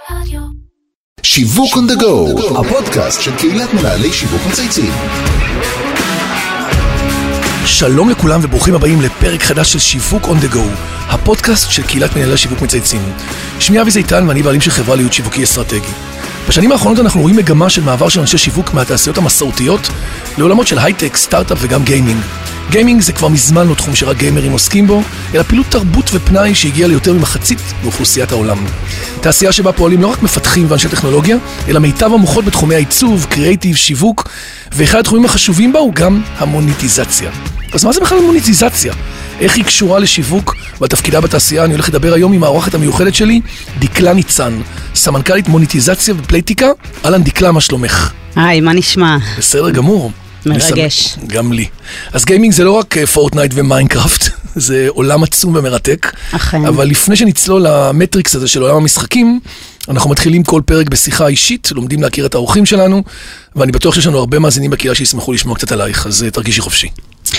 שיווק on the go, הפודקאסט של קהילת מנהלי שיווק מצייצים. שלום לכולם וברוכים הבאים לפרק חדש של שיווק on the go, הפודקאסט של קהילת מנהלי שיווק מצייצים. שמי אבי זיתן ואני בעלים של חברה להיות שיווקי אסטרטגי. בשנים האחרונות אנחנו רואים מגמה של מעבר של אנשי שיווק מהתעשיות המסורתיות לעולמות של הייטק, סטארט-אפ וגם גיימינג. גיימינג זה כבר מזמן לא תחום שרק גיימרים עוסקים בו, אלא פעילות תרבות ופנאי שהגיעה ליותר ממחצית מאוכלוסיית העולם. תעשייה שבה פועלים לא רק מפתחים ואנשי טכנולוגיה, אלא מיטב המוחות בתחומי העיצוב, קריאייטיב, שיווק, ואחד התחומים החשובים בה הוא גם המוניטיזציה. אז מה זה בכלל מוניטיזציה? איך היא קשורה לשיווק והתפקידה בתעשייה? אני הולך לדבר היום עם האורחת המיוחדת שלי, דקלה ניצן, סמנכ"לית מוניטיזציה ופלייטיקה. אהלן דקלה, מה שלומך? היי, מה נשמע? בסדר גמור. מרגש. גם לי. אז גיימינג זה לא רק פורטנייט ומיינקראפט, זה עולם עצום ומרתק. אכן. אבל לפני שנצלול למטריקס הזה של עולם המשחקים, אנחנו מתחילים כל פרק בשיחה אישית, לומדים להכיר את האורחים שלנו, ואני בטוח שיש לנו הרבה מאזינים בקהילה שישמחו לשמוע קצת עלייך, אז תרגישי חופשי.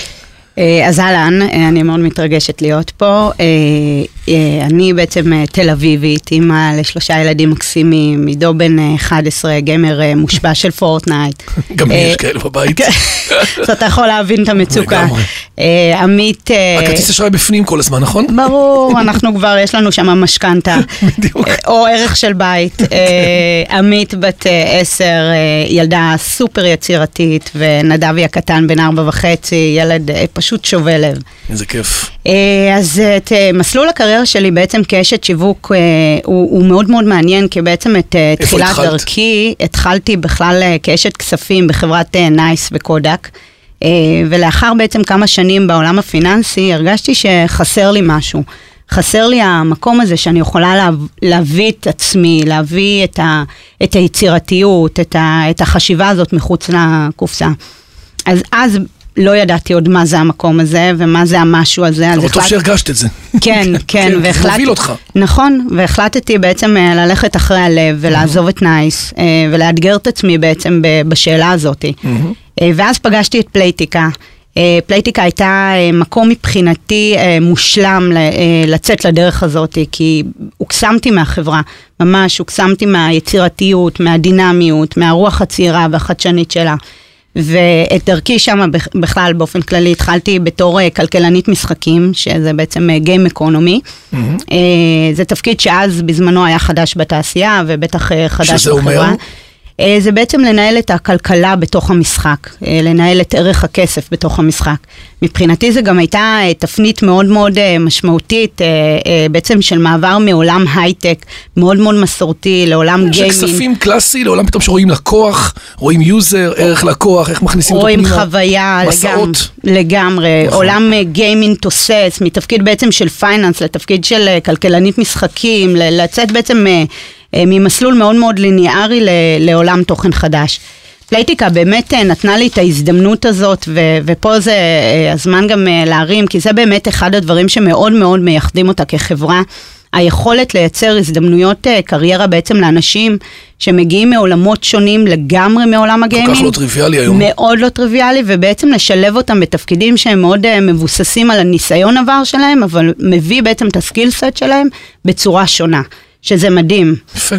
אז אהלן, אני מאוד מתרגשת להיות פה. אני בעצם תל אביבית, אמא לשלושה ילדים מקסימים, עידו בן 11, גיימר מושבע של פורטנייט. גם יש כאלה בבית. אז אתה יכול להבין את המצוקה. לגמרי. עמית... הכרטיס אשראי בפנים כל הזמן, נכון? ברור, אנחנו כבר, יש לנו שם משכנתה. בדיוק. או ערך של בית. עמית בת 10, ילדה סופר יצירתית, ונדבי הקטן בן 4.5, ילד פשוט שובה לב. איזה כיף. אז את מסלול הקריירה שלי בעצם כאשת שיווק הוא מאוד מאוד מעניין, כי בעצם את תחילת דרכי התחלתי בכלל כאשת כספים בחברת נייס וקודק, ולאחר בעצם כמה שנים בעולם הפיננסי הרגשתי שחסר לי משהו. חסר לי המקום הזה שאני יכולה להביא את עצמי, להביא את היצירתיות, את החשיבה הזאת מחוץ לקופסה. אז לא ידעתי עוד מה זה המקום הזה, ומה זה המשהו הזה. אבל טוב שהרגשת את זה. כן, כן. זה מוביל אותך. נכון, והחלטתי בעצם ללכת אחרי הלב, ולעזוב את נייס, ולאתגר את עצמי בעצם בשאלה הזאת. ואז פגשתי את פלייטיקה. פלייטיקה הייתה מקום מבחינתי מושלם לצאת לדרך הזאת, כי הוקסמתי מהחברה, ממש הוקסמתי מהיצירתיות, מהדינמיות, מהרוח הצעירה והחדשנית שלה. ואת דרכי שם בכלל באופן כללי התחלתי בתור כלכלנית משחקים, שזה בעצם גיים אקונומי. זה תפקיד שאז בזמנו היה חדש בתעשייה, ובטח חדש בחברה. שזה אומר? זה בעצם לנהל את הכלכלה בתוך המשחק, לנהל את ערך הכסף בתוך המשחק. מבחינתי זה גם הייתה תפנית מאוד מאוד משמעותית, בעצם של מעבר מעולם הייטק, מאוד מאוד מסורתי, לעולם גיימינג. שכספים קלאסי, לעולם פתאום שרואים לקוח, רואים יוזר, ערך לקוח, איך מכניסים אותו פנימה. רואים חוויה, לגמרי. עולם גיימינג תוסס, מתפקיד בעצם של פייננס, לתפקיד של כלכלנית משחקים, לצאת בעצם... ממסלול מאוד מאוד ליניארי לעולם תוכן חדש. פלייטיקה באמת נתנה לי את ההזדמנות הזאת, ופה זה הזמן גם להרים, כי זה באמת אחד הדברים שמאוד מאוד מייחדים אותה כחברה, היכולת לייצר הזדמנויות קריירה בעצם לאנשים שמגיעים מעולמות שונים לגמרי מעולם הגיימינג. כל כך לא טריוויאלי היום. מאוד לא טריוויאלי, ובעצם לשלב אותם בתפקידים שהם מאוד מבוססים על הניסיון עבר שלהם, אבל מביא בעצם את הסקילסט שלהם בצורה שונה. שזה מדהים. יפה.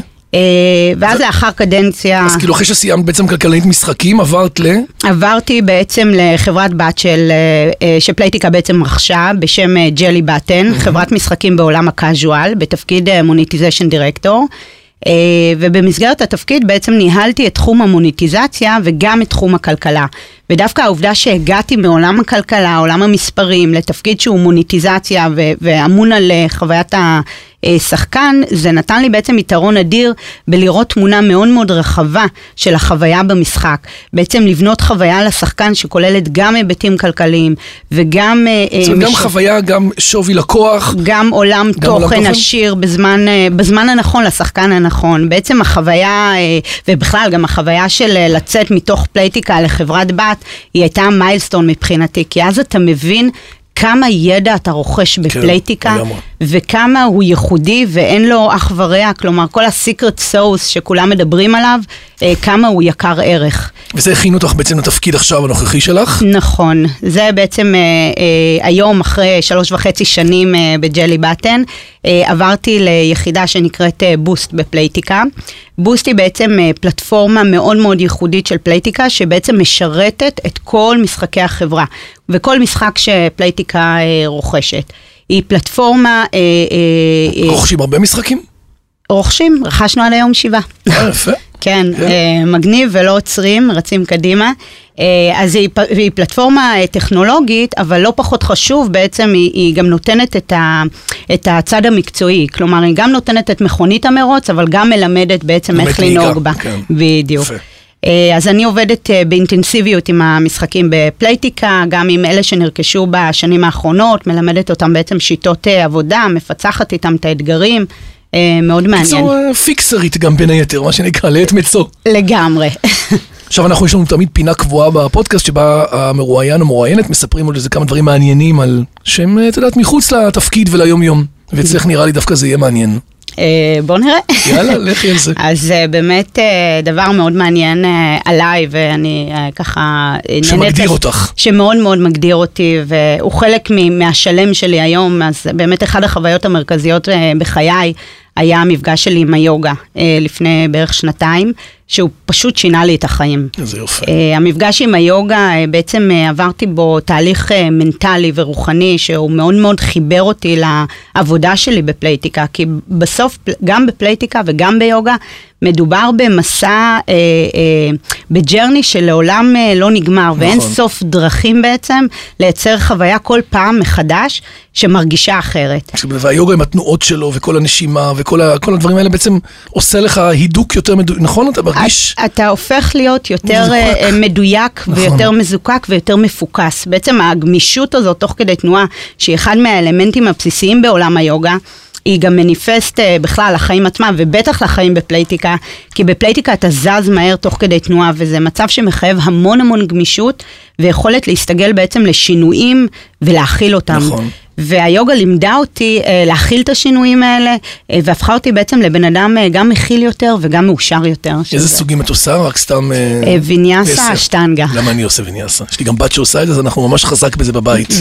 ואז לאחר קדנציה... אז כאילו אחרי שסיימת בעצם כלכלנית משחקים, עברת עברתי בעצם לחברת בת שפלייטיקה בעצם רכשה, בשם ג'לי בטן, חברת משחקים בעולם הקאז'ואל, בתפקיד מוניטיזיישן דירקטור, ובמסגרת התפקיד בעצם ניהלתי את תחום המוניטיזציה וגם את תחום הכלכלה. ודווקא העובדה שהגעתי מעולם הכלכלה, עולם המספרים, לתפקיד שהוא מוניטיזציה ואמון על חוויית השחקן, זה נתן לי בעצם יתרון אדיר בלראות תמונה מאוד מאוד רחבה של החוויה במשחק. בעצם לבנות חוויה לשחקן שכוללת גם היבטים כלכליים וגם... גם חוויה, גם שווי לקוח. גם עולם תוכן עשיר בזמן הנכון לשחקן הנכון. בעצם החוויה, ובכלל גם החוויה של לצאת מתוך פלייטיקה לחברת בת, היא הייתה מיילסטון מבחינתי, כי אז אתה מבין כמה ידע אתה רוכש בפלייטיקה, וכמה הוא ייחודי ואין לו אח ורע, כלומר כל הסיקרט סוס שכולם מדברים עליו, כמה הוא יקר ערך. וזה הכין אותך בעצם לתפקיד עכשיו הנוכחי שלך? נכון, זה בעצם היום אחרי 3.5 שנים בג'לי בטן, עברתי ליחידה שנקראת בוסט בפלייטיקה. בוסט היא בעצם פלטפורמה מאוד מאוד ייחודית של פלייטיקה, שבעצם משרתת את כל משחקי החברה, וכל משחק שפלייטיקה רוכשת. היא פלטפורמה... רוכשים הרבה משחקים? רוכשים, רכשנו עד היום 7. יפה. כן, מגניב ולא עוצרים, רצים קדימה. אז היא פלטפורמה טכנולוגית, אבל לא פחות חשוב, בעצם היא גם נותנת את הצד המקצועי. כלומר, היא גם נותנת את מכונית המרוץ, אבל גם מלמדת בעצם איך לנהוג בה. בדיוק. אז אני עובדת באינטנסיביות עם המשחקים בפלייטיקה, גם עם אלה שנרכשו בשנים האחרונות, מלמדת אותם בעצם שיטות עבודה, מפצחת איתם את האתגרים. מאוד מעניין. קיצור פיקסרית גם בין היתר, מה שנקרא, לעת מצוא. לגמרי. עכשיו יש לנו תמיד פינה קבועה בפודקאסט, שבה המרואיין או מרואיינת מספרים עוד איזה כמה דברים מעניינים על שהם, אתה יודעת, מחוץ לתפקיד וליום יום. ואצלך נראה לי דווקא זה יהיה מעניין. בוא נראה. יאללה, לכי על זה. אז באמת דבר מאוד מעניין עליי, ואני ככה... שמגדיר אותך. שמאוד מאוד מגדיר אותי, והוא חלק מהשלם שלי היום, אז באמת אחד החוויות המרכזיות בחיי, היה המפגש שלי עם היוגה לפני בערך 2 שהוא פשוט שינה לי את החיים. זה יופי. המפגש עם היוגה, בעצם עברתי בו תהליך מנטלי ורוחני, שהוא מאוד מאוד חיבר אותי לעבודה שלי בפלייטיקה, כי בסוף גם בפלייטיקה וגם ביוגה, מדובר במסע, בג'רני שלעולם לא נגמר, ואין סוף דרכים בעצם לייצר חוויה כל פעם מחדש שמרגישה אחרת. והיוגה עם התנועות שלו וכל הנשימה וכל הדברים האלה בעצם עושה לך הידוק יותר מדויק, נכון? אתה מרגיש? אתה הופך להיות יותר מדויק ויותר מזוקק ויותר מפוקס. בעצם הגמישות הזאת תוך כדי תנועה, שהיא אחד מהאלמנטים הבסיסיים בעולם היוגה, היא גם מניפסט בכלל לחיים עצמם, ובטח לחיים בפלייטיקה, כי בפלייטיקה אתה זז מהר תוך כדי תנועה, וזה מצב שמחייב המון המון גמישות, ויכולת להסתגל בעצם לשינויים ולהכיל אותם. נכון. והיוגה לימדה אותי להכיל את השינויים האלה, והפכה אותי בעצם לבן אדם גם מכיל יותר וגם מאושר יותר. איזה סוגים את עושה? רק סתם... ויניאסה, אשטנגה. למה אני עושה ויניאסה? יש לי גם בת שעושה את זה, אז אנחנו ממש חזק בזה בבית.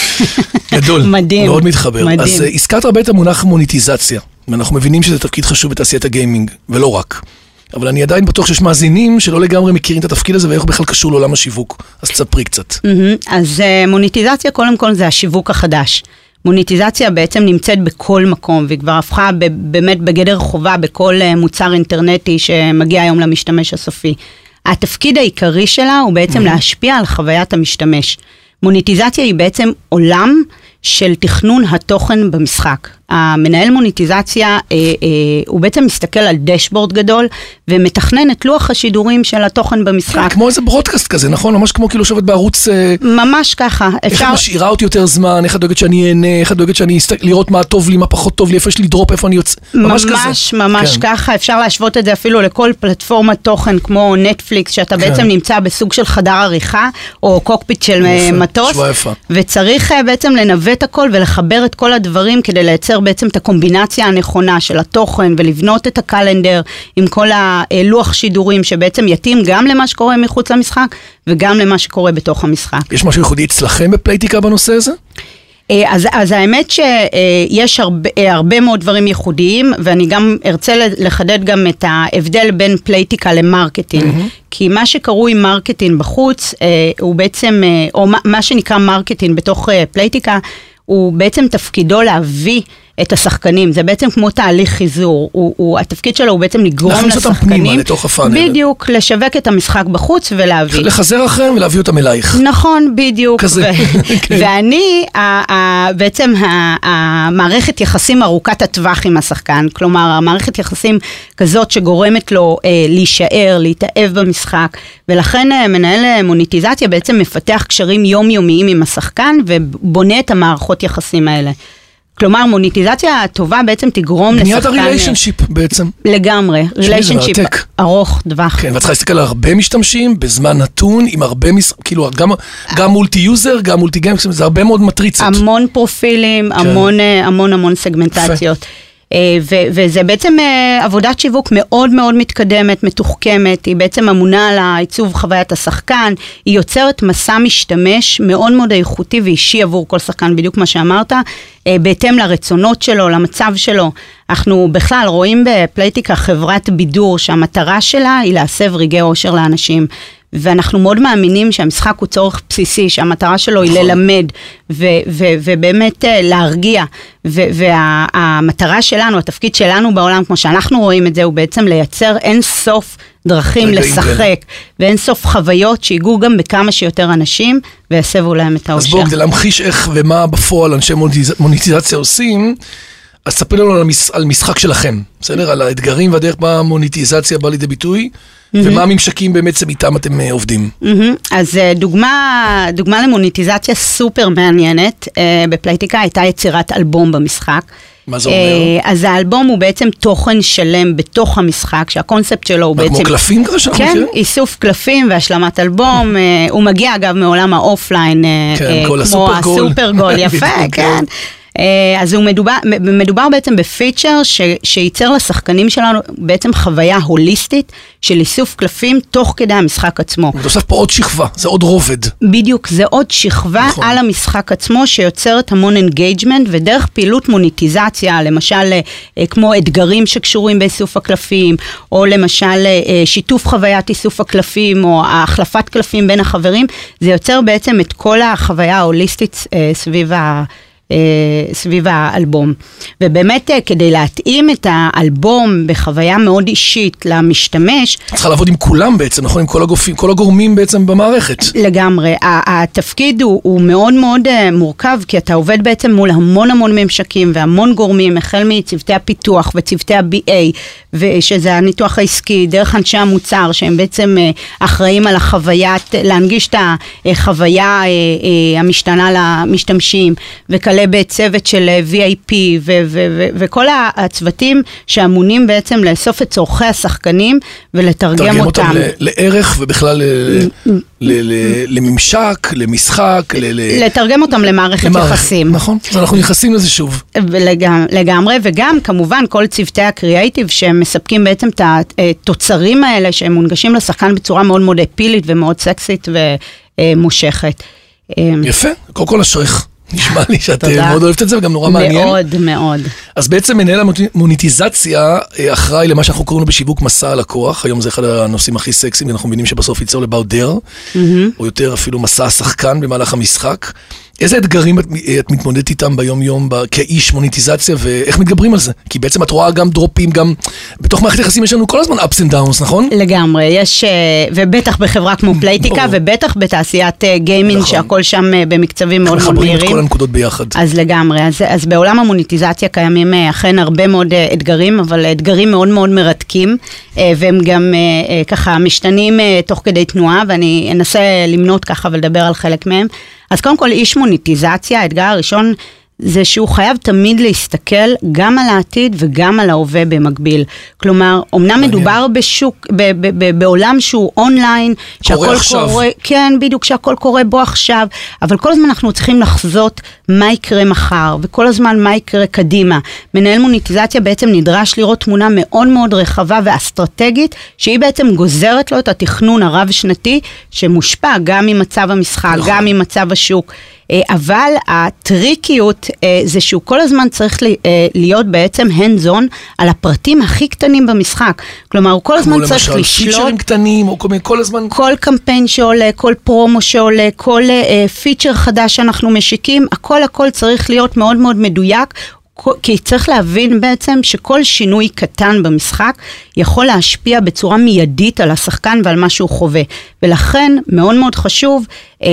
גדול. מדהים. מאוד מתחבר. אז הזכרת הרבה את המונח מוניטיזציה, ואנחנו מבינים שזה תפקיד חשוב בתעשיית הגיימינג, ולא רק. אבל אני עדיין בטוח שיש מאזינים שלא לגמרי מכירים את התפקיד הזה, ואיך בכלל קשור לעולם השיווק. אז תספרי קצת. אז מוניטיזציה קודם כל זה השיווק החדש. מוניטיזציה בעצם נמצאת בכל מקום, והיא כבר הפכה באמת בגדר חובה בכל מוצר אינטרנטי שמגיע היום למשתמש הסופי. התפקיד העיקרי שלה הוא בעצם להשפיע על חוויית המשתמש. מוניטיזציה היא בעצם עולם של תכנון התוכן במשחק. המנהל מוניטיזציה הוא בעצם מסתכל על דשבורד גדול, ומתכנן את לוח השידורים של התוכן במשחק. כמו איזה ברודקאסט כזה, נכון? ממש כמו כאילו שובד בערוץ... ממש ככה. איך את משאירה אותי יותר זמן, איך את דואגת שאני אהנה, איך את דואגת שאני לראות מה טוב לי, מה פחות טוב לי, איפה יש לי דרופ, איפה אני יוצא. ממש כזה. ממש ככה. אפשר להשוות את זה אפילו לכל פלטפורמת תוכן, כמו נטפליקס, שאתה בעצם נמצא בסוג של חדר עריכה, או קוקפיט של מטוס. וצריך בעצם לנווט הכל ולחבר את כל הדברים כדי לייצר בעצם את הקומבינציה הנכונה של התוכן, ולבנות את הקלנדר עם כל הלוח שידורים שבעצם יתאים גם למה שקורה מחוץ למשחק, וגם למה שקורה בתוך המשחק. יש משהו ייחודי אצלכם בפלייטיקה בנושא הזה? אז האמת שיש הרבה מאוד דברים ייחודיים, ואני גם ארצה לחדד גם את ההבדל בין פלייטיקה למרקטינג, כי מה שקרוי מרקטינג בחוץ, הוא בעצם, או מה שנקרא מרקטינג בתוך פלייטיקה, הוא בעצם תפקידו להביא את השחקנים, זה בעצם כמו תהליך חיזור, התפקיד שלו הוא בעצם לגרום לשחקנים, בדיוק, לשווק את המשחק בחוץ ולהביא. לחזר אחריהם ולהביא אותם אלייך. נכון, בדיוק. ואני, בעצם המערכת יחסים ארוכת הטווח עם השחקן, כלומר, המערכת יחסים כזאת שגורמת לו להישאר, להתאהב במשחק, ולכן מנהל מוניטיזציה בעצם מפתח קשרים יומיומיים עם השחקן, ובונה את המערכות יחסים האלה. כלומר, מוניטיזציה הטובה בעצם תגרום לשחקן... בניית הריליישנשיפ בעצם. לגמרי. ריליישנשיפ. ארוך טווח. כן, ואת צריכה להסתכל על הרבה משתמשים, בזמן נתון, עם הרבה, כאילו, גם מולטי יוזר, גם מולטי גיים, זה הרבה מאוד מטריצות. המון פרופילים, המון סגמנטציות. וזה בעצם עבודת שיווק מאוד מאוד מתקדמת, מתוחכמת, היא בעצם אמונה על העיצוב חוויית השחקן, היא יוצרת מסע משתמש מאוד מאוד איכותי ואישי עבור כל שחקן, בדיוק מה שאמרת, בהתאם לרצונות שלו, למצב שלו. אנחנו בכלל רואים בפלייטיקה חברת בידור שהמטרה שלה היא להסב רגעי אושר לאנשים. ואנחנו מאוד מאמינים שהמשחק הוא צורך בסיסי, שהמטרה שלו היא ללמד ובאמת להרגיע, והמטרה שלנו, התפקיד שלנו בעולם, כמו שאנחנו רואים את זה, הוא בעצם לייצר אין סוף דרכים לשחק, ואין סוף חוויות שיגעו גם בכמה שיותר אנשים, ויסבו להם את האושר. אז בואו, כדי להמחיש איך ומה בפועל אנשי מוניטיזציה עושים, אז ספר לנו על משחק שלכם, בסדר? על האתגרים והדרך מה המוניטיזציה בא לידי ביטוי, ומה הממשקים בעצם איתם אתם עובדים. אז דוגמה למוניטיזציה סופר מעניינת, בפלייטיקה הייתה יצירת אלבום במשחק. מה זה אומר? אז האלבום הוא בעצם תוכן שלם בתוך המשחק, שהקונספט שלו הוא בעצם... כמו קלפים כזה שאנחנו מכירים? כן, איסוף קלפים והשלמת אלבום, הוא מגיע אגב מעולם האופליין, כמו הסופרגול, יפה, כן. אז מדובר בעצם בפיצ'ר שייצר לשחקנים שלנו בעצם חוויה הוליסטית של איסוף קלפים תוך כדי המשחק עצמו. ותוסף פה עוד שכבה, זה עוד רובד. בדיוק, זה עוד שכבה על המשחק עצמו שיוצרת המון אינגייג'מנט, ודרך פעילות מוניטיזציה, למשל כמו אתגרים שקשורים באיסוף הקלפים, או למשל שיתוף חוויית איסוף הקלפים, או החלפת קלפים בין החברים, זה יוצר בעצם את כל החוויה ההוליסטית סביב האלבום. ובאמת כדי להתאים את האלבום בחוויה מאוד אישית למשתמש. צריכה לעבוד עם כולם בעצם, נכון? עם כל הגורמים בעצם במערכת. לגמרי. התפקיד הוא מאוד מאוד מורכב, כי אתה עובד בעצם מול המון ממשקים והמון גורמים, החל מצוותי הפיתוח וצוותי ה-BA, שזה הניתוח העסקי, דרך אנשי המוצר, שהם בעצם אחראים על להנגיש את החוויה המשתנה למשתמשים, וכלה בצוות של VIP, וכל הצוותים שאמונים בעצם לאסוף את צורכי השחקנים, ולתרגם אותם. לערך, ובכלל לממשק, למשחק, לתרגם אותם למערכת יחסים. נכון, אז אנחנו נכנסים לזה שוב. לגמרי, וגם כמובן כל צוותי הקריאייטיב, שהם מספקים בעצם את התוצרים האלה, שהם מונגשים לשחקן בצורה מאוד מאוד אפילית, ומאוד סקסית ומושכת. יפה, קודם כל אשריך. נשמע לי שאת מאוד אוהבת את זה, וגם נורא מעניין. מאוד, מאוד. אז בעצם מנהל המוניטיזציה אחראי למה שאנחנו קוראים לו בשיווק מסע הלקוח. היום זה אחד הנושאים הכי סקסיים, אנחנו מבינים שבסוף ייצור about there, או יותר אפילו מסע השחקן במהלך המשחק. איזה אתגרים את מתמודדת איתם ביום-יום כאיש מוניטיזציה, ואיך מתגברים על זה? כי בעצם את רואה גם דרופים, גם בתוך מערכת יחסים יש לנו כל הזמן ups and downs, נכון? לגמרי, יש, ובטח בחברה כמו פלייטיקה, ובטח בתעשיית גיימינג, שהכל שם במקצבים מאוד מאוד מהירים. מחברים את כל הנקודות ביחד. אז לגמרי, אז בעולם המוניטיזציה קיימים אכן הרבה מאוד אתגרים, אבל אתגרים מאוד מאוד מרתקים, והם גם ככה משתנים תוך כדי תנועה, ואני אנסה למנות ככה ולדבר על חלק מהם. אז קודם כל, איש מוניטיזציה, האתגר הראשון זה שהוא חייב תמיד להסתכל גם על העתיד וגם על ההווה במקביל. כלומר, אמנם מדובר בשוק, בעולם שהוא אונליין, שהכל קורה, כן, בדיוק שהכל קורה בו עכשיו, אבל כל הזמן אנחנו צריכים לחזות מה יקרה מחר, וכל הזמן מה יקרה קדימה. מנהל מוניטיזציה בעצם נדרש לראות תמונה מאוד מאוד רחבה ואסטרטגית, שהיא בעצם גוזרת לו את התכנון הרב שנתי, שמושפע גם ממצב המשחק, גם ממצב השוק. אבל הטריקיות זה שהוא כל הזמן צריך להיות בעצם hands on על הפרטים הכי קטנים במשחק. כלומר, הוא כל הזמן צריך לשלוט. כמו למשל פיצ'רים קטנים, או כל הזמן... כל קמפיין שעולה, כל פרומו שעולה, כל פיצ'ר חדש שאנחנו משיקים, הכל צריך להיות מאוד מאוד מדויק, כי צריך להבין בעצם שכל שינוי קטן במשחק יכול להשפיע בצורה מיידית על השחקן ועל מה שהוא חווה. ולכן מאוד מאוד חשוב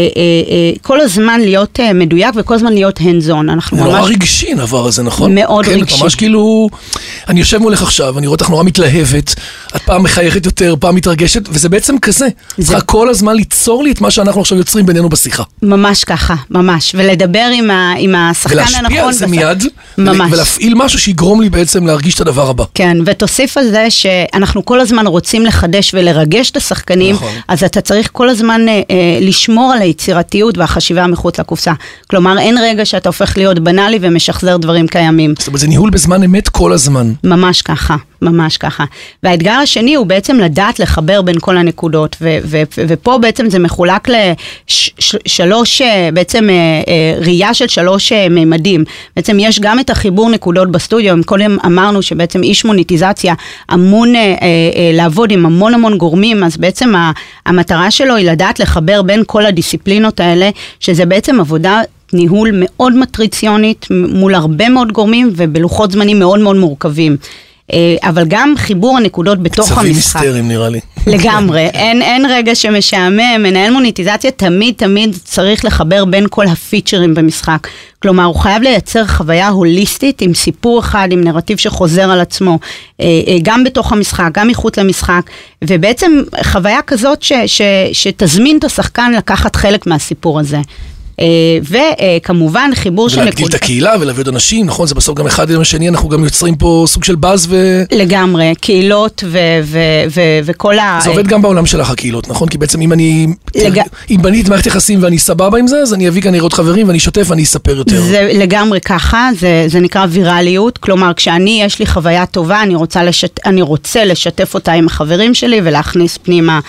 כל הזמן להיות מדויק וכל הזמן להיות hands-on. נורא רגשי נעבר הזה, נכון? מאוד רגשי. כן, ממש כאילו, אני יושב מולך עכשיו, אני רואה אותך נורא מתלהבת, את פעם מחייכת יותר, פעם מתרגשת, וזה בעצם כזה. צריכה כל הזמן ליצור לי את מה שאנחנו עכשיו יוצרים בינינו בשיחה. ממש ככה, ממש. ולדבר עם השחקן הנכון. ולהשפיע על זה מיד, ולהפעיל משהו שיגרום לי בעצם להרגיש את הדבר הבא. כן, ותוסיף על זה שאנחנו כל הזמן רוצים לחדש ולרגש את השחקנים, אז אתה צריך כל הזמן לשמור על היצירתיות והחשיבה מחוץ לקופסה. כלומר, אין רגע שאתה הופך להיות בנאלי ומשחזר דברים קיימים. זאת אומרת, זה ניהול בזמן אמת כל הזמן. ממש ככה, ממש ככה. והאתגר השני הוא בעצם לדעת לחבר בין כל הנקודות, ופה בעצם זה מחולק לשלוש, בעצם ראייה של 3 ממדים. בעצם יש גם את החיבור נקודות בסטודיו, אם קודם אמרנו שבעצם איש מוניטיזציה אמון לעבוד עם המון גורמים, אז בעצם המטרה שלו היא לדעת לחבר בין כל הדיסציפלינות האלה, שזה בעצם עבודה ניהול מאוד מטריציונית, מול הרבה מאוד גורמים, ובלוחות זמנים מאוד מורכבים. אבל גם חיבור הנקודות בתוך המשחק. צווים היסטריים נראה לי. לגמרי, אין רגע שמשעמם, מנהל מוניטיזציה תמיד צריך לחבר בין כל הפיצ'רים במשחק. כלומר, הוא חייב לייצר חוויה הוליסטית עם סיפור אחד, עם נרטיב שחוזר על עצמו, גם בתוך המשחק, גם מחוץ למשחק, ובעצם חוויה כזאת שתזמין את השחקן לקחת חלק מהסיפור הזה. וכמובן חיבור של ולהגדיל את הקהילה ולהביא עוד אנשים, נכון? זה בסוף גם אחד עם השני, אנחנו גם יוצרים פה סוג של באז לגמרי, קהילות וכל זה עובד גם בעולם שלך הקהילות, נכון? כי בעצם אם בניתי מערכת יחסים ואני סבבה עם זה, אז אני אביא כאן לראות חברים ואני אשתף ואני אספר יותר. זה לגמרי ככה, זה נקרא ויראליות, כלומר כשאני יש לי חוויה טובה, אני רוצה לשתף אותה עם החברים שלי ולהכניס פנימה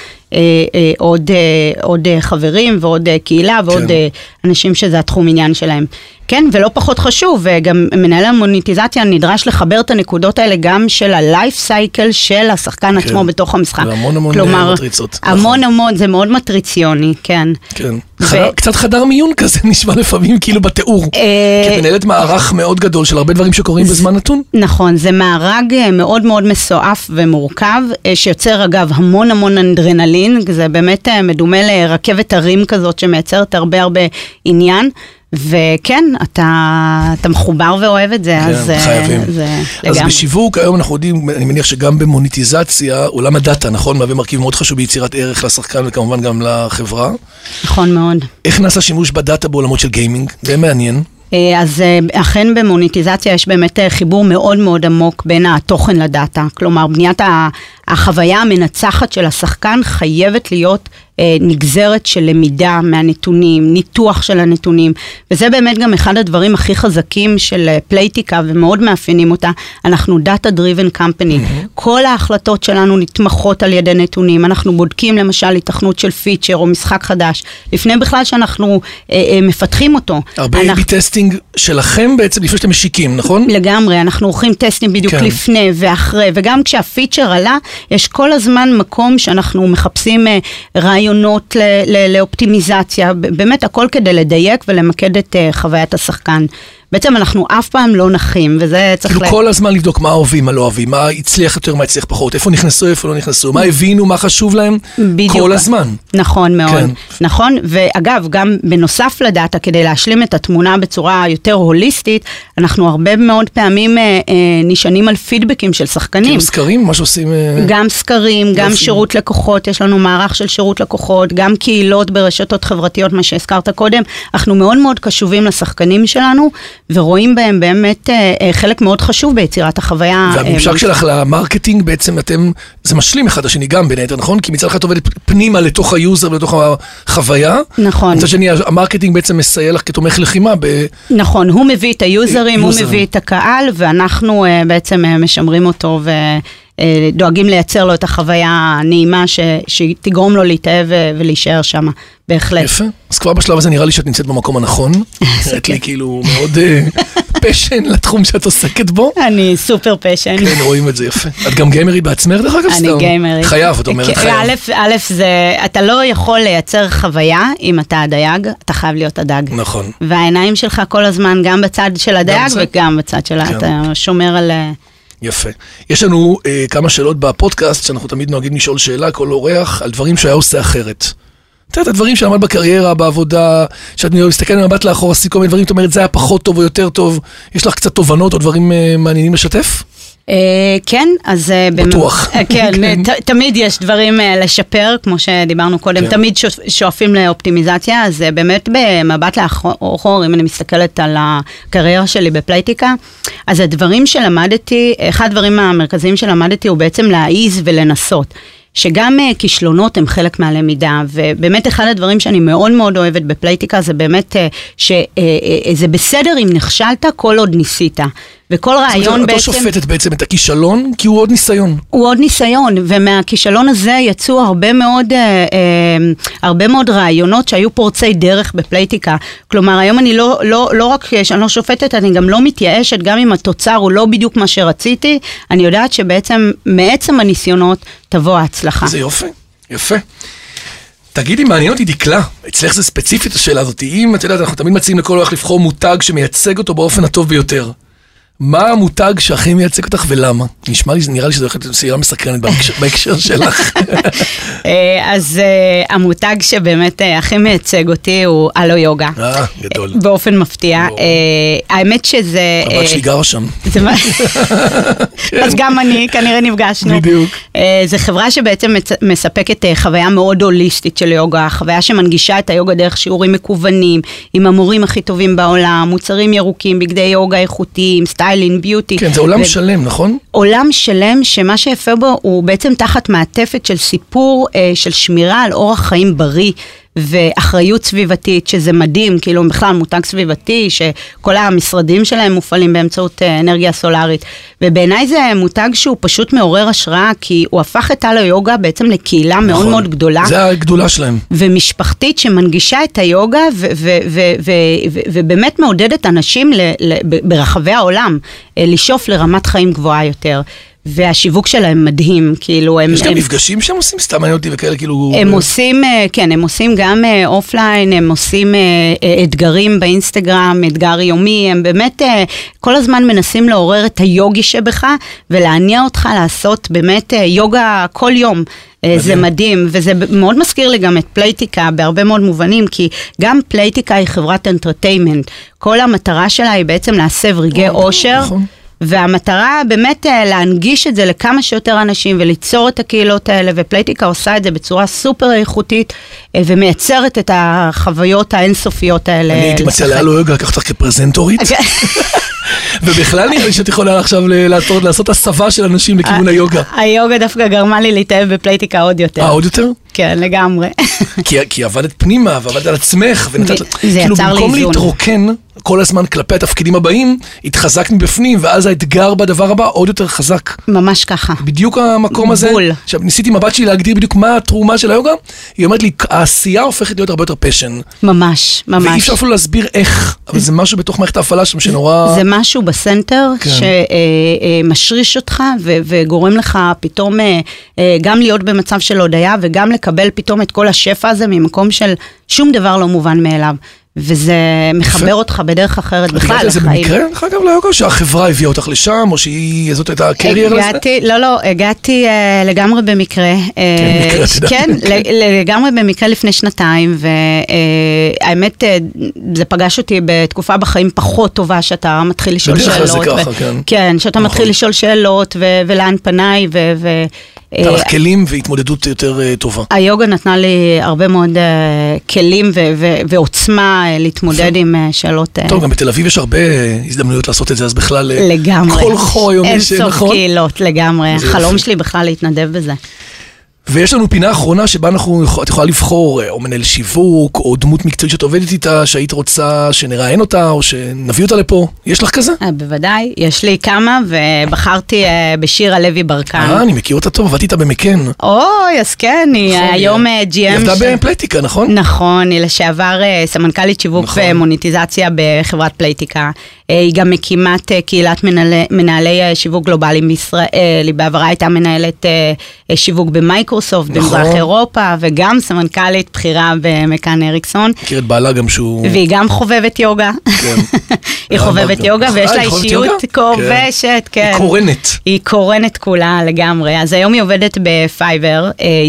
עוד חברים ועוד קהילה ועוד אנשים שזה התחום עניין שלהם. כן, ולא פחות חשוב, וגם מנהל המוניטיזציה נדרש לחבר את הנקודות האלה גם של הלייף סייקל של השחקן עצמו בתוך המשחק. המון מטריצות. המון, זה מאוד מטריציוני, כן. כן. קצת חדר מיון כזה נשמע לפעמים כאילו בתיאור. כי את מנהלת מערך מאוד גדול של הרבה דברים שקורים בזמן נתון. נכון, זה מערג מאוד מסועף ומורכב, שיוצר אגב המון אנדרנלין, זה באמת מדומה לרכבת הרים כזאת שמייצרת הרבה עניין. וכן, אתה מחובר ואוהב את זה, אז חייבים. אז בשיווק, היום אנחנו יודעים, אני מניח שגם במוניטיזציה, עולם הדאטה, נכון? מהווה מרכיב מאוד חשוב ביצירת ערך לשחקן וכמובן גם לחברה. נכון מאוד. איך נעשה שימוש בדאטה בעולמות של גיימינג? זה מעניין. אז אכן במוניטיזציה יש באמת חיבור מאוד עמוק בין התוכן לדאטה. כלומר, בניית החוויה המנצחת של השחקן חייבת להיות נגזרת של למידה מהנתונים, ניתוח של הנתונים, וזה באמת גם אחד הדברים הכי חזקים של פלייטיקה, ומאוד מאפיינים אותה. אנחנו data driven company. כל ההחלטות שלנו נתמכות על ידי נתונים. אנחנו בודקים למשל התכנות של פיצ'ר או משחק חדש, לפני בכלל שאנחנו מפתחים אותו. הרבה A/B טסטינג שלכם בעצם לפני שאתם משיקים, נכון? לגמרי, אנחנו עורכים טסטים בדיוק לפני ואחרי, וגם כשהפיצ'ר עלה, יש כל הזמן מקום שאנחנו מחפשים רעיונות לאופטימיזציה, באמת הכל כדי לדייק ולמקד את חוויית השחקן. בעצם אנחנו אף פעם לא נחים, וזה צריך כאילו כל הזמן לבדוק מה אוהבים, מה לא אוהבים, מה הצליח יותר, מה הצליח פחות, איפה נכנסו, איפה לא נכנסו, מה הבינו, מה חשוב להם, כל הזמן. נכון מאוד, נכון, ואגב, גם בנוסף לדאטה, כדי להשלים את התמונה בצורה יותר הוליסטית, אנחנו הרבה מאוד פעמים נשענים על פידבקים של שחקנים. כאילו סקרים, מה שעושים? גם סקרים, גם שירות לקוחות, יש לנו מערך של שירות לקוחות, גם קהילות ברשתות חברתיות, מה שהזכרת קודם, אנחנו מאוד קשובים לשחקנים שלנו, ורואים בהם באמת חלק מאוד חשוב ביצירת החוויה. והממשק שלך למרקטינג בעצם זה משלים אחד השני גם בין היתר, נכון? כי מצד אחד את עובדת פנימה לתוך היוזר ולתוך החוויה. נכון. מצד שני, המרקטינג בעצם מסייע לך כתומך לחימה. נכון, הוא מביא את היוזרים, הוא מביא את הקהל, ואנחנו בעצם משמרים אותו דואגים לייצר לו את החוויה הנעימה שתגרום לו להתאהב ולהישאר שם, בהחלט. יפה. אז כבר בשלב הזה נראה לי שאת נמצאת במקום הנכון. נראית לי כאילו מאוד פשן לתחום שאת עוסקת בו. אני סופר פשן. כן, רואים את זה יפה. את גם גיימרית בעצמך דרך אגב? אני גיימרית. חייב, את אומרת חייב. א', אתה לא יכול לייצר חוויה אם אתה הדייג, אתה חייב להיות הדג. נכון. והעיניים שלך כל הזמן גם בצד של הדייג וגם בצד של אתה שומר על... יפה. יש לנו כמה שאלות בפודקאסט, שאנחנו תמיד נוהגים לשאול שאלה, כל אורח, על דברים שהיה עושה אחרת. אתה יודע, הדברים שעמד בקריירה, בעבודה, שאת מסתכלת במבט לאחור, עשי כל מיני דברים, את אומרת, זה היה פחות טוב או יותר טוב, יש לך קצת תובנות או דברים מעניינים לשתף? כן, אז... בטוח. כן, תמיד יש דברים לשפר, כמו שדיברנו קודם, תמיד שואפים לאופטימיזציה, אז באמת במבט לאחור, אם אני מסתכלת על הקריירה שלי בפלייטיקה, אז הדברים שלמדתי, אחד הדברים המרכזיים שלמדתי הוא בעצם להעיז ולנסות. שגם כישלונות הם חלק מהלמידה, ובאמת אחד הדברים שאני מאוד מאוד אוהבת בפלייטיקה, זה באמת שזה בסדר אם נכשלת כל עוד ניסית. וכל רעיון בעצם... אתה שופטת בעצם את הכישלון, כי הוא עוד ניסיון. הוא עוד ניסיון, ומהכישלון הזה יצאו הרבה מאוד רעיונות שהיו פורצי דרך בפלייטיקה. כלומר, היום אני לא רק שאני לא שופטת, אני גם לא מתייאשת, גם אם התוצר הוא לא בדיוק מה שרציתי, אני יודעת שבעצם מעצם הניסיונות תבוא ההצלחה. זה יופי, יפה. תגידי, מעניין אותי דקלה, אצלך זה ספציפית השאלה הזאת, אם את יודעת, אנחנו תמיד מציעים לכל הולך לבחור מותג שמייצג אותו באופן הטוב ביותר. מה המותג שהכי מייצג אותך ולמה? נראה לי שזה הולכת סעירה מסקרנת בהקשר שלך. אז המותג שבאמת הכי מייצג אותי הוא אלו יוגה. גדול. באופן מפתיע. האמת שזה... הבת שלי גרה שם. אז גם אני, כנראה נפגשנו. בדיוק. זו חברה שבעצם מספקת חוויה מאוד הוליסטית של יוגה, חוויה שמנגישה את היוגה דרך שיעורים מקוונים, עם המורים הכי טובים בעולם, מוצרים ירוקים, בגדי יוגה איכותיים, סטיילינג, ביוטי. כן, זה עולם שלם, נכון? עולם שלם שמה שיפה בו הוא בעצם תחת מעטפת של סיפור של שמירה על אורח חיים בריא ואחריות סביבתית, שזה מדהים, כאילו בכלל מותג סביבתי, שכל המשרדים שלהם מופעלים באמצעות אנרגיה סולארית, ובעיניי זה מותג שהוא פשוט מעורר השראה, כי הוא הפך את הלו יוגה בעצם לקהילה מאוד מאוד גדולה. זה הגדולה שלהם. ומשפחתית שמנגישה את היוגה, ובאמת מעודדת אנשים ברחבי העולם, לשאוף לרמת חיים גבוהה יותר. והשיווק שלהם מדהים, כאילו הם... יש גם מפגשים שהם עושים סתם מעניין אותי וכאלה, כאילו... הם עושים, כן, הם עושים גם אופליין, הם עושים אתגרים באינסטגרם, אתגר יומי, הם באמת כל הזמן מנסים לעורר את היוגי שבך, ולעניין אותך לעשות באמת יוגה כל יום. זה מדהים, וזה מאוד מזכיר לי גם את פלייטיקה בהרבה מאוד מובנים, כי גם פלייטיקה היא חברת אנטרטיימנט. כל המטרה שלה היא בעצם להסב רגעי אושר, והמטרה באמת להנגיש את זה לכמה שיותר אנשים וליצור את הקהילות האלה, ופלייטיקה עושה את זה בצורה סופר איכותית, ומייצרת את החוויות האינסופיות האלה. אני הייתי מציע לאלו יוגה לקחת אותך כפרזנטורית, ובכלל נראה לי שאת יכולה עכשיו לעשות הסבה של אנשים לכיוון היוגה. היוגה דווקא גרמה לי להתאהב בפלייטיקה עוד יותר. עוד יותר? כן, לגמרי. כי עבדת פנימה ועבדת על עצמך, זה יצר לי במקום איזון. להתרוקן כל הזמן כלפי התפקידים הבאים, התחזקת מבפנים, ואז האתגר בדבר הבא עוד יותר חזק. ממש ככה. בדיוק המקום הזה. עכשיו, ניסיתי מבט שלי להגדיר בדיוק מה התרומה של היוגה, היא אומרת לי, העשייה הופכת להיות הרבה יותר פשן. ממש, ממש. ואי אפשר אפילו להסביר איך, אבל זה משהו בתוך מערכת ההפעלה שם שנורא... זה משהו בסנטר שמשריש אותך וגורם לך פתאום גם להיות במצב של הודעה וגם לקבל פתאום את כל השפע הזה ממקום של שום דבר לא מובן מאליו. וזה מחבר אותך בדרך אחרת בכלל לחיים. זה במקרה, דרך אגב, ליוגה, שהחברה הביאה אותך לשם, או שהיא, זאת הייתה הקריירה לזה? לא, הגעתי לגמרי במקרה. כן, לגמרי במקרה לפני שנתיים, והאמת, זה פגש אותי בתקופה בחיים פחות טובה, שאתה מתחיל לשאול שאלות. זה ככה, כן. כן, שאתה מתחיל לשאול שאלות, ולאן פניי, נתן לך כלים והתמודדות יותר טובה. היוגה נתנה לי הרבה מאוד כלים ועוצמה להתמודד עם שאלות. טוב, גם בתל אביב יש הרבה הזדמנויות לעשות את זה, אז בכלל... לגמרי. כל חור היום יש, נכון? אין סוף קהילות, לגמרי. החלום שלי בכלל להתנדב בזה. ויש לנו פינה אחרונה שבה את יכולה לבחור או מנהל שיווק או דמות מקצועית שאת עובדת איתה, שהיית רוצה שנראיין אותה או שנביא אותה לפה. יש לך כזה? בוודאי, יש לי כמה ובחרתי בשירה לוי ברקן. אני מכיר אותה טוב, עבדתי איתה במקן. אוי, אז כן, היא היום GM. היא עבדה בפלייטיקה, נכון? נכון, היא לשעבר סמנכ"לית שיווק ומוניטיזציה בחברת פלייטיקה. היא גם מקימת קהילת מנהלי שיווק גלובליים בישראל, היא בעברה הייתה מנהלת שיווק במייקרוסופט, במזרח אירופה, וגם סמנכ"לית בחירה במקן אריקסון. מכיר את בעלה גם שהוא... והיא גם חובבת יוגה. היא חובבת יוגה, ויש לה אישיות כובשת, כן. היא קורנת. היא קורנת כולה לגמרי. אז היום היא עובדת בפייבר,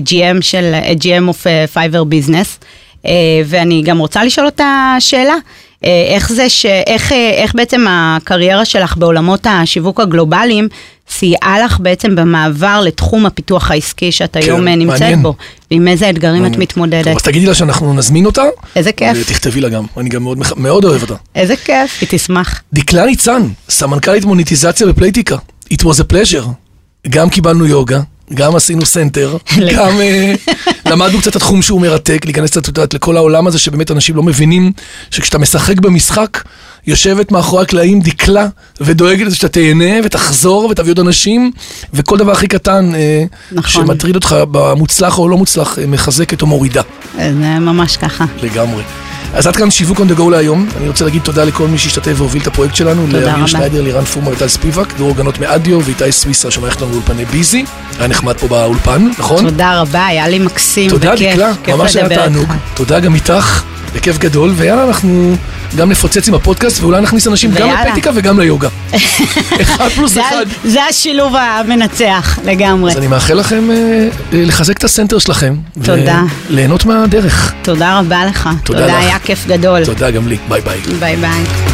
GM of Fiverr Business, ואני גם רוצה לשאול אותה שאלה. איך בעצם הקריירה שלך בעולמות השיווק הגלובליים סייעה לך בעצם במעבר לתחום הפיתוח העסקי שאת היום נמצאת בו, ועם איזה אתגרים את מתמודדת. טוב, אז תגידי לה שאנחנו נזמין אותה. איזה כיף. ותכתבי לה גם, אני גם מאוד אוהב אותה. איזה כיף, היא תשמח. דקלה ניצן, סמנכ"לית מוניטיזציה בפלייטיקה. It was a pleasure. גם קיבלנו יוגה, גם עשינו סנטר, גם למדנו קצת את התחום שהוא מרתק, להיכנס קצת לכל העולם הזה שבאמת אנשים לא מבינים שכשאתה משחק במשחק, יושבת מאחורי הקלעים דקלה ודואגת לזה שאתה תהנה ותחזור ותביא עוד אנשים, וכל דבר הכי קטן שמטריד אותך במוצלח או לא מוצלח, מחזקת או מורידה. זה ממש ככה. לגמרי. אז עד כאן שיווק on the go להיום. אני רוצה להגיד תודה לכל מי שהשתתף והוביל את הפרויקט שלנו, לאמיר שניידר, לירן פורמה וטל ספיבק, דרור גנות מאדיו ואיתי סוויסה שמערכת לנו אולפני ביזי. היה נחמד פה באולפן, נכון? תודה רבה, היה לי מקסים. תודה דקלה, ממש היה תענוג. תודה גם איתך, בכיף גדול, ויאללה, אנחנו גם נפוצץ עם הפודקאסט, ואולי נכניס אנשים גם לפלייטיקה וגם ליוגה. 1+1. זה השילוב המנצח לגמרי. אז אני מאחל לכם לחזק את הסנטר שלכם. תודה. וליהנות מהדרך. תודה רבה לך. תודה, היה כיף גדול. תודה גם לי. ביי ביי. ביי ביי.